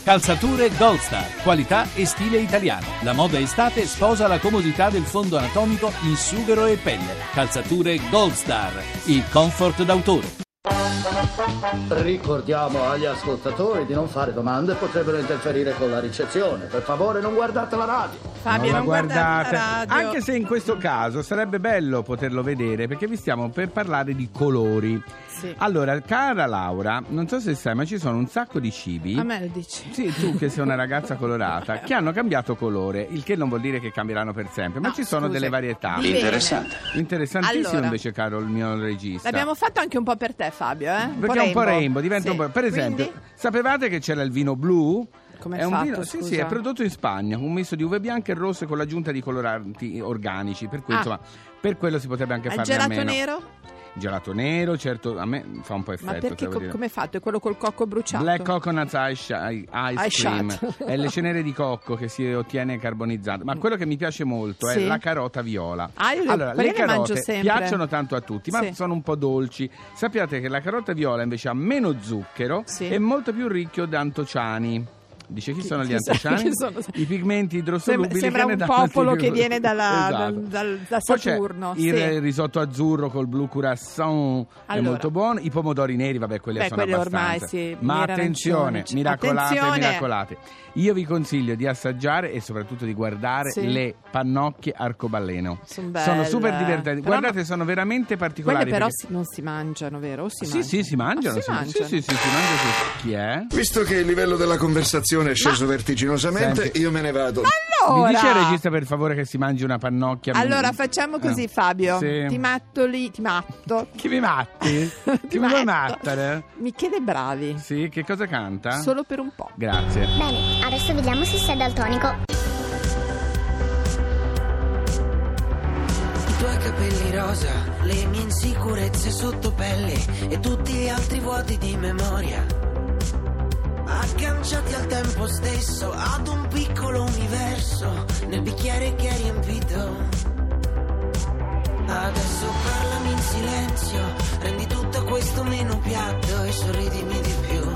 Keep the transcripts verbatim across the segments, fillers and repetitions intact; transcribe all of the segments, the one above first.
Calzature Gold Star, qualità e stile italiano. La moda estate sposa la comodità del fondo anatomico in sughero e pelle. Calzature Gold Star, il comfort d'autore. Ricordiamo agli ascoltatori di non fare domande, potrebbero interferire con la ricezione. Per favore non guardate la radio. Fabio, non, non guardate, guardate la radio. Anche se in questo caso sarebbe bello poterlo vedere, perché vi stiamo per parlare di colori. Sì. Allora, cara Laura, non so se sai, ma ci sono un sacco di cibi. A me lo dici? Sì, tu che sei una ragazza colorata, che hanno cambiato colore, il che non vuol dire che cambieranno per sempre, ma No, ci sono scusi. delle varietà. Interessante. Interessantissimo. Allora, invece, caro il mio regista. L'abbiamo fatto anche un po' per te, Fabio, eh? Un Perché è un po' rainbow, diventa Sì. un po'. Per esempio, Quindi? sapevate che c'era il vino blu? Come è è un fatto, vino, sì, scusa? sì, è prodotto in Spagna, un misto di uve bianche e rosse con l'aggiunta di coloranti organici, per cui Ah. insomma, per quello si potrebbe anche Il farne a gelato meno. nero? Gelato nero, certo, a me fa un po' effetto. Ma perché devo co- dire. come è fatto? È quello col cocco bruciato? Black Coconut Ice, ice Ice Cream shot. è le cenere di cocco che si ottiene carbonizzato, ma quello che mi piace molto Sì. è la carota viola. Ah, io le- allora, quelle le le mangio carote sempre. piacciono tanto a tutti, ma Sì. sono un po' dolci. Sappiate che la carota viola invece ha meno zucchero Sì. e molto più ricchio di antociani. Dice chi sono gli chi sa- antociani? chi sono? I pigmenti idrosolubili. Sembra, sembra che ne un danno popolo tipo- che viene dalla, Esatto. dal, dal- da Poi c'è Saturno. il sì. risotto azzurro col blu curasson è Allora. molto buono. I pomodori neri, vabbè, quelli Beh, sono quelli ormai abbastanza. sì, Ma nero attenzione, arancione. miracolate, Attenzione. miracolate. Io vi consiglio di assaggiare e soprattutto di guardare Sì. le pannocchie arcobaleno. Son belle. Sono super divertenti. Però Guardate, no- sono veramente particolari. Quelle però perché- si- non si mangiano, vero? O si Sì, mangiano? sì, si mangiano. Ah, si sì, mangiano? Sì, sì, sì, si mangia sì. Chi è? Visto che il livello della conversazione è sceso vertiginosamente, Senti. io me ne vado. Allora, Mi dice il regista per favore che si mangi una pannocchia? allora facciamo così, Eh. Fabio. Sì. Ti matto lì, ti matto. Chi mi matti? Ti Chi mi vuoi matto. mattare? Michele Bravi. Sì, che cosa canta? Solo per un po'. Grazie. Bene, adesso vediamo se sei daltonico. I tuoi capelli rosa, le mie insicurezze sotto pelle e tutti gli altri vuoti di memoria, agganciati al tempo stesso ad un piccolo universo nel bicchiere che è riempito. Adesso parlami in silenzio, rendi tutto questo meno piatto e sorridimi di più.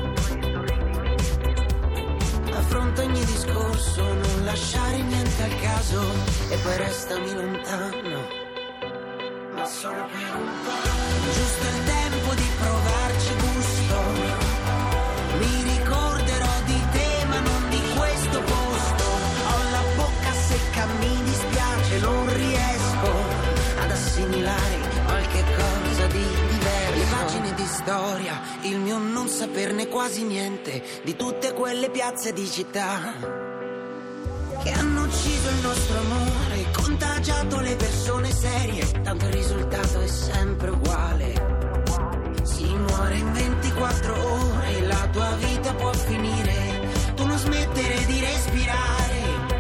Affronta ogni discorso, non lasciare niente al caso e poi restami lontano, ma solo per un po'. Giusto il tempo di provarci gusto. Mi ricorderò di te ma non di questo posto. Ho la bocca secca, mi dispiace, non riesco ad assimilare qualche cosa di diverso. Le pagine di storia, il mio non saperne quasi niente di tutte quelle piazze di città che hanno ucciso il nostro amore, contagiato le persone serie, tanto il risultato è sempre uguale. Si muore in ventiquattro ore, la tua vita può finire, tu non smettere di respirare.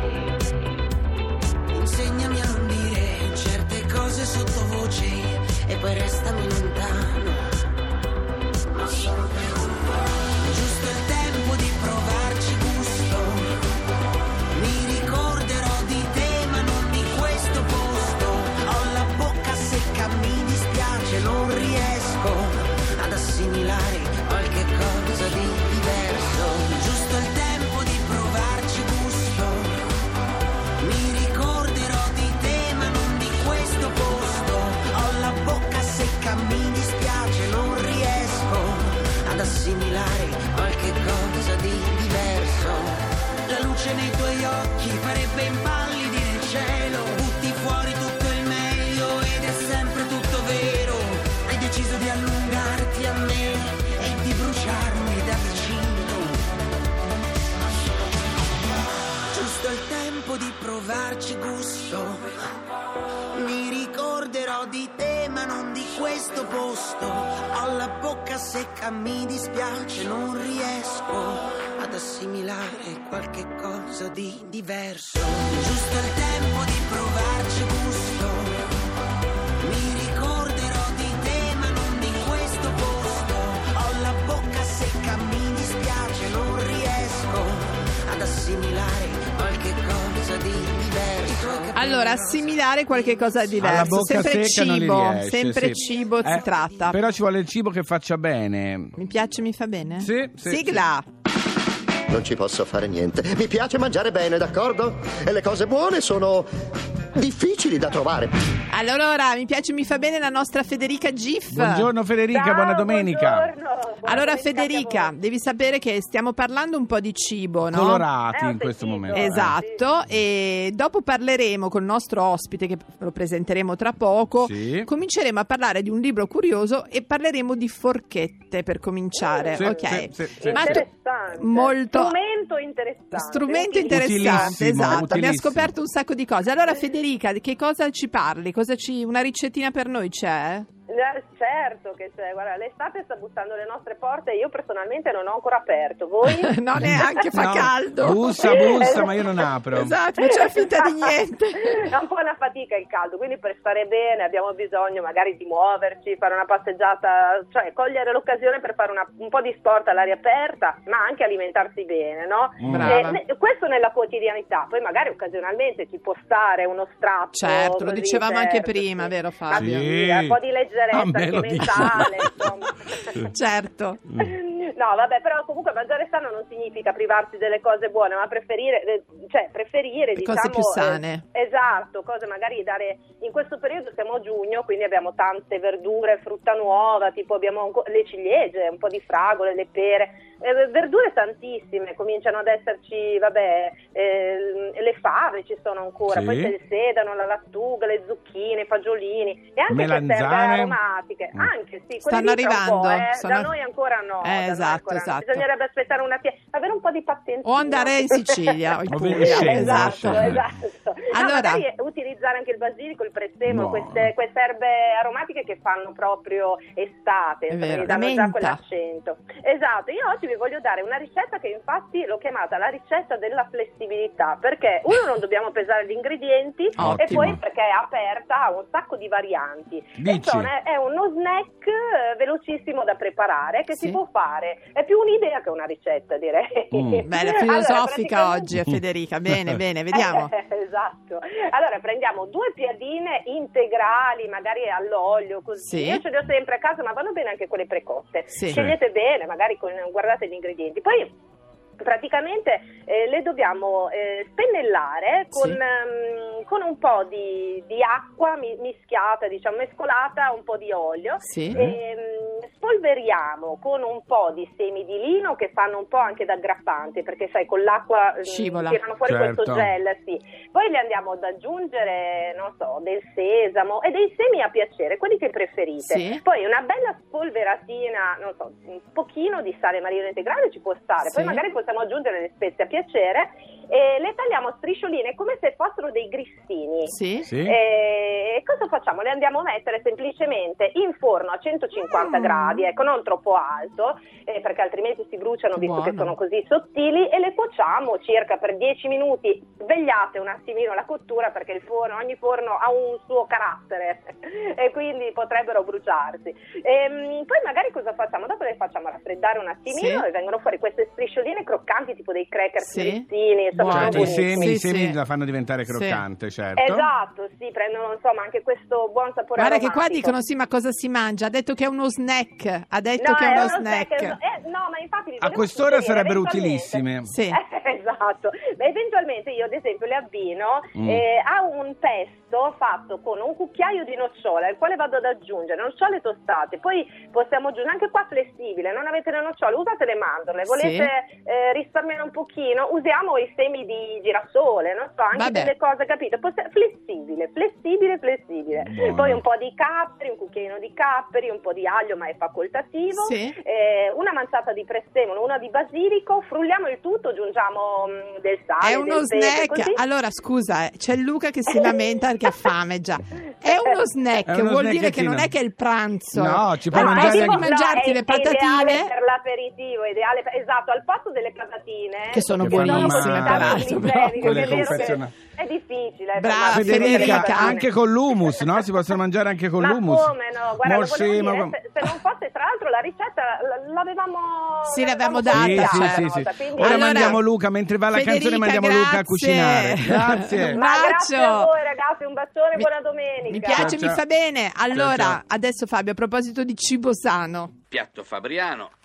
Insegnami a non dire certe cose sottovoce e poi restami lontano, ma solo per un po'. Giusto il tempo di provarci gusto. Mi ricorderò di te ma non di questo posto. Ho la bocca secca, mi dispiace, non riesco ad assimilare qualche cosa di diverso. Giusto il tempo di provarci gusto. Mi ricorderò di te ma non di questo posto. Ho la bocca secca, mi dispiace, non riesco ad assimilare qualche cosa di diverso. La luce nei tuoi occhi farebbe impallidire il cielo. Butti fuori tutto il meglio ed è sempre tutto vero. Hai deciso di allungarti a me e di bruciarmi da vicino. Giusto il tempo di provarci gusto. Mi ricorderò di te ma non di questo posto. Ho la bocca secca, mi dispiace, non riesco ad assimilare qualche cosa di diverso. Giusto il tempo di provarci gusto. Mi ricorderò di te ma non di questo posto. Ho la bocca secca, mi dispiace, non riesco ad assimilare qualche cosa di diverso. Allora, assimilare qualche cosa di Alla diverso. bocca Sempre secca non gli cibo, riesce, sempre sì. cibo si Eh, tratta. Però ci vuole il cibo che faccia bene. Mi piace, mi fa bene? Sì, sì, Sigla! non ci posso fare niente. Mi piace mangiare bene, d'accordo? E le cose buone sono difficili da trovare. Allora, mi piace, mi fa bene la nostra Federica Gif. Buongiorno Federica, Ciao, buona domenica. Buongiorno. Buona Allora domenica Federica, a voi. devi sapere che stiamo parlando un po' di cibo, no? Colorati Eh, ho in questo sentito. momento. Esatto, e dopo parleremo col nostro ospite, che lo presenteremo tra poco. Sì. Cominceremo a parlare di un libro curioso e parleremo di forchette per cominciare. Sì, ok. sì, sì, sì. Ma tu- Interessante. molto Strumento interessante. Strumento Utilissimo. interessante, Utilissimo, esatto. Abbiamo utilissimo. scoperto un sacco di cose. Allora, Federica, che cosa ci parli? Cosa ci... Una ricettina per noi c'è? Eh, Certo che c'è, guarda, l'estate sta bussando alle nostre porte e io personalmente non ho ancora aperto. Voi? No, neanche, fa No, caldo. Bussa, bussa, ma io non apro. Esatto, facciamo finta di niente. È un po' una fatica il caldo, quindi per stare bene abbiamo bisogno magari di muoverci, fare una passeggiata, cioè cogliere l'occasione per fare una- un po' di sport all'aria aperta, ma anche alimentarsi bene, no? Brava. E ne- questo nella quotidianità, poi magari occasionalmente ci può stare uno strappo. Certo, lo così, dicevamo anche certo, prima, sì. vero Ma Fabio? sì, un po' di leggerezza A me anche lo dici. mentale, insomma. Certo. No, vabbè, però comunque mangiare sano non significa privarsi delle cose buone, ma preferire, eh, cioè preferire, Le diciamo, cose più sane. eh, esatto, cose magari dare. In questo periodo siamo a giugno, quindi abbiamo tante verdure, frutta nuova, tipo abbiamo anco- le ciliegie, un po' di fragole, le pere, eh, verdure tantissime, cominciano ad esserci, vabbè, eh, le fave ci sono ancora, Sì. poi c'è il sedano, la lattuga, le zucchine, i fagiolini e anche queste erbe Melanzane. aromatiche, Mm. anche sì, Stanno quelle lì tra un po', arrivando, eh. sono- Da noi ancora no, Eh, da noi esatto, ancora no. esatto. Bisognerebbe aspettare una pie- avere un po' di pazienza O andare in Sicilia o in O Puglia. scendere, Esatto. scendere. esatto. No, Allora- magari utilizzare anche il basilico, il prezzemolo, Buono. queste, queste erbe aromatiche che fanno proprio estate, È insomma, vero, gli danno la già menta. quell'accento. Esatto, io oggi vi voglio dare una ricetta che infatti l'ho chiamata la ricetta della flessibilità, perché uno non dobbiamo pesare gli ingredienti e Ottimo. poi perché è aperta, ha un sacco di varianti. Dici. Insomma, è uno snack eh, velocissimo da preparare che Sì. si può fare. È più un'idea che una ricetta, direi. Mm. Bella Allora, filosofica praticamente- oggi, eh, Federica. Bene, bene, vediamo. esatto. Allora prendiamo due piadine integrali, magari all'olio, così. Sì. Io ce le ho sempre a casa, ma vanno bene anche quelle precotte. Sì. Scegliete bene, magari con, guardate gli ingredienti. Poi praticamente eh, le dobbiamo eh, spennellare con, Sì. ehm, con un po' di, di acqua mi- mischiata, diciamo mescolata a un po' di olio. Sì. Ehm, spolveriamo con un po' di semi di lino che fanno un po' anche da aggrappante, perché sai con l'acqua ehm, Scivola. tirano fuori Certo. questo gel, sì. Poi le andiamo ad aggiungere, non so, del sesamo e dei semi a piacere, quelli che preferite. Sì. Poi una bella spolveratina, non so, un pochino di sale marino integrale ci può stare. Sì. Poi magari possiamo aggiungere le spezie a piacere e le tagliamo a striscioline come se fossero dei grissini. Sì. Sì. E cosa facciamo? Le andiamo a mettere semplicemente in forno a centocinquanta Mm. gradi, ecco, non troppo alto, eh, perché altrimenti si bruciano visto Buono. che sono così sottili, e le cuociamo circa per dieci minuti. Svegliate un attimino la cottura perché il forno, ogni forno ha un suo carattere e quindi potrebbero bruciarsi. Ehm, poi magari cosa facciamo? Dopo le facciamo raffreddare un attimino Sì. e vengono fuori queste striscioline croccanti tipo dei cracker Sì. frizzini, insomma, Buono. Certo, i buonissimi. semi, Sì, i semi sì. la fanno diventare Sì. croccante, certo. Esatto, sì, prendono insomma anche questo buon sapore Guarda che qua aromatico. dicono sì, ma cosa si mangia? Ha detto che è uno snack. Ha detto No, che è è uno uno snack. snack, eh, no, ma infatti vi A volevo quest'ora suggerire, sarebbero eventualmente- utilissime. Sì. Eh, esatto, ma eventualmente io ad esempio le abbino Mm. eh, a un pesto fatto con un cucchiaio di nocciole al quale vado ad aggiungere nocciole tostate, poi possiamo aggiungere anche qua flessibile, non avete le nocciole, usate le mandorle, volete eh, risparmiare un pochino, usiamo i semi di girasole, non so, anche Vabbè. delle cose, capito? Poss- flessibile, flessibile, flessibile. Buono. Poi un po' di capperi, un cucchiaino di capperi, un po' di aglio, ma è facoltativo. Sì. Eh, una manciata di prezzemolo, una di basilico, frulliamo il tutto, aggiungiamo mh, del sale, È uno del pepe, snack. così. Allora, scusa, eh, c'è Luca che si lamenta perché ha fame già. È uno snack, È uno vuol dire che snackettino. non è che è il pranzo. No, ci puoi Al mangiare posto di anche- mangiarti No, le è- è ideale patatine, per l'aperitivo, è ideale per- esatto, al posto delle patatine che sono Che fanno buonissime male. peraltro. Glicemiche, però. che Quelle è vero che confezionate. è difficile. eh, Brava, per Federica, mangiare le Federica, patatine. anche con l'humus, no? Si possono mangiare anche con Ma l'humus. come no? Guarda, Mo lo volevo sì, dire, ma- se, se non fosse tra l'altro la ricetta l- l'avevamo Sì, l'abbiamo l'avevamo data, Sì, sì, certo. sì, sì. quindi- Ora Allora, mandiamo Luca, mentre va la canzone Federica, mandiamo Luca a grazie. cucinare. Grazie. Un Ma grazie bacio. a voi ragazzi, un bacione e Mi- buona domenica. Mi piace, Ciao, mi ciao. fa bene. Allora, Ciao, ciao. adesso Fabio, a proposito di cibo sano. Piatto fabriano.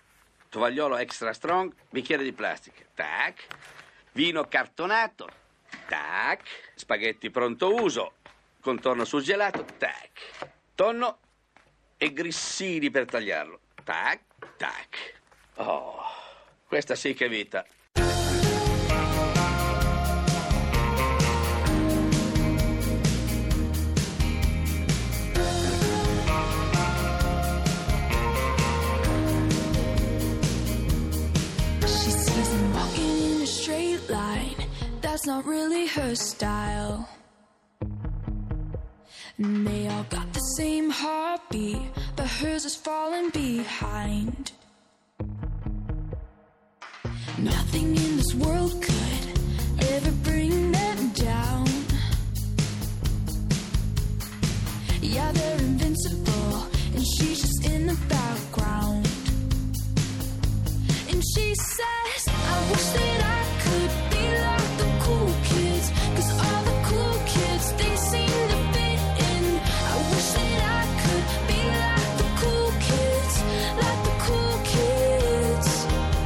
tovagliolo extra strong, bicchiere di plastica, tac, vino cartonato, tac, spaghetti pronto uso, contorno surgelato, tac, tonno e grissini per tagliarlo, tac, tac. Oh, questa sì che è vita. That's not really her style. And they all got the same heartbeat, but hers is falling behind. Nothing in this world could ever bring them down. Yeah, they're invincible, and she's just in the background. And she says, I wish that I could be like the cool kids, 'cause all the cool kids, they seem to fit in. I wish that I could be like the cool kids, like the cool kids.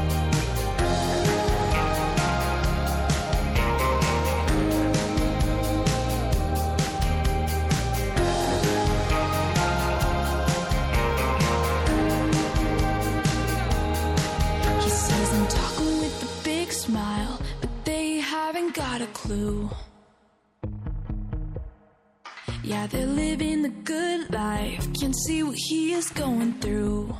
He says I'm talking with a big smile, but they haven't got a clue. Yeah, they're living the good life, can't see what he is going through.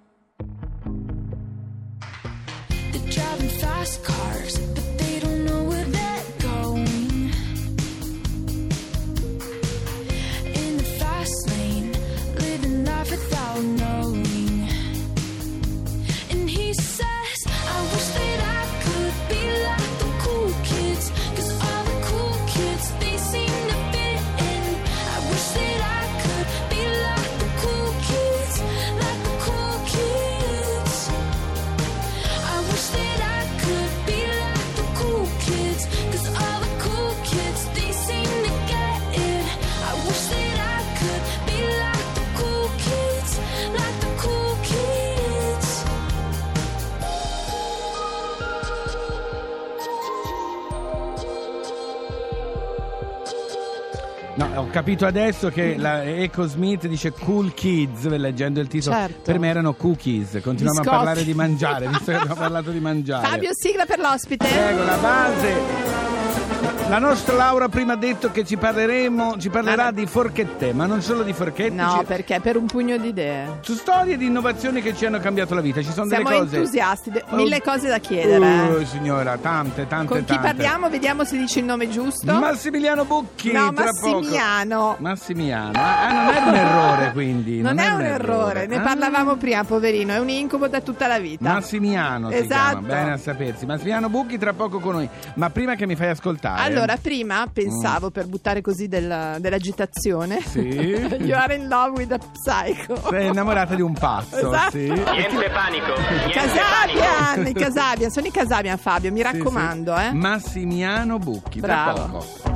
They're driving fast cars, but they don't know where they're going. In the fast lane, living life without knowing. And he says, I wish that I could be like the cool kids, 'cause all the cool kids, they seem to fit in. I wish that I could be like the cool kids, like the cool kids. I wish that I could be like the cool kids, 'cause all the cool kids, they seem to get it. I wish that I could be like the cool kids, like the cool kids. No, ho capito adesso che la Echo Smith dice Cool Kids, leggendo il titolo. Certo. Per me erano cookies. Continuiamo Biscotti. a parlare di mangiare, visto che abbiamo parlato di mangiare. Fabio, sigla per l'ospite. Prego, la base. La nostra Laura prima ha detto che ci parleremo, ci parlerà Ma- di forchette, ma non solo di forchette. No, ci- perché per un pugno di idee. Su storie di innovazioni che ci hanno cambiato la vita. Ci sono Siamo delle cose. entusiasti, de- Oh. mille cose da chiedere. eh. Oh, signora, tante, tante, Con chi tante. parliamo? Vediamo se dici il nome giusto. Massimiliano Bucchi. No, tra Massimiano. Poco. Massimiano. Ah, non era un errore, quindi. Non, è un errore, ne Ah. parlavamo prima, poverino, è un incubo da tutta la vita. Massimiano si Esatto. chiama, bene a sapersi. Massimiano Bucchi tra poco con noi. Ma prima che mi fai ascoltare. Allora, prima pensavo, per buttare così del- dell'agitazione, Sì. You are in love with a psycho. Sei innamorata di un pazzo, Esatto. sì. Niente panico, niente Casabian, panico. i Casabian, sono i Casabian, Fabio, mi Sì, raccomando, sì. eh. Massimiano Bucchi, tra Bravo. poco.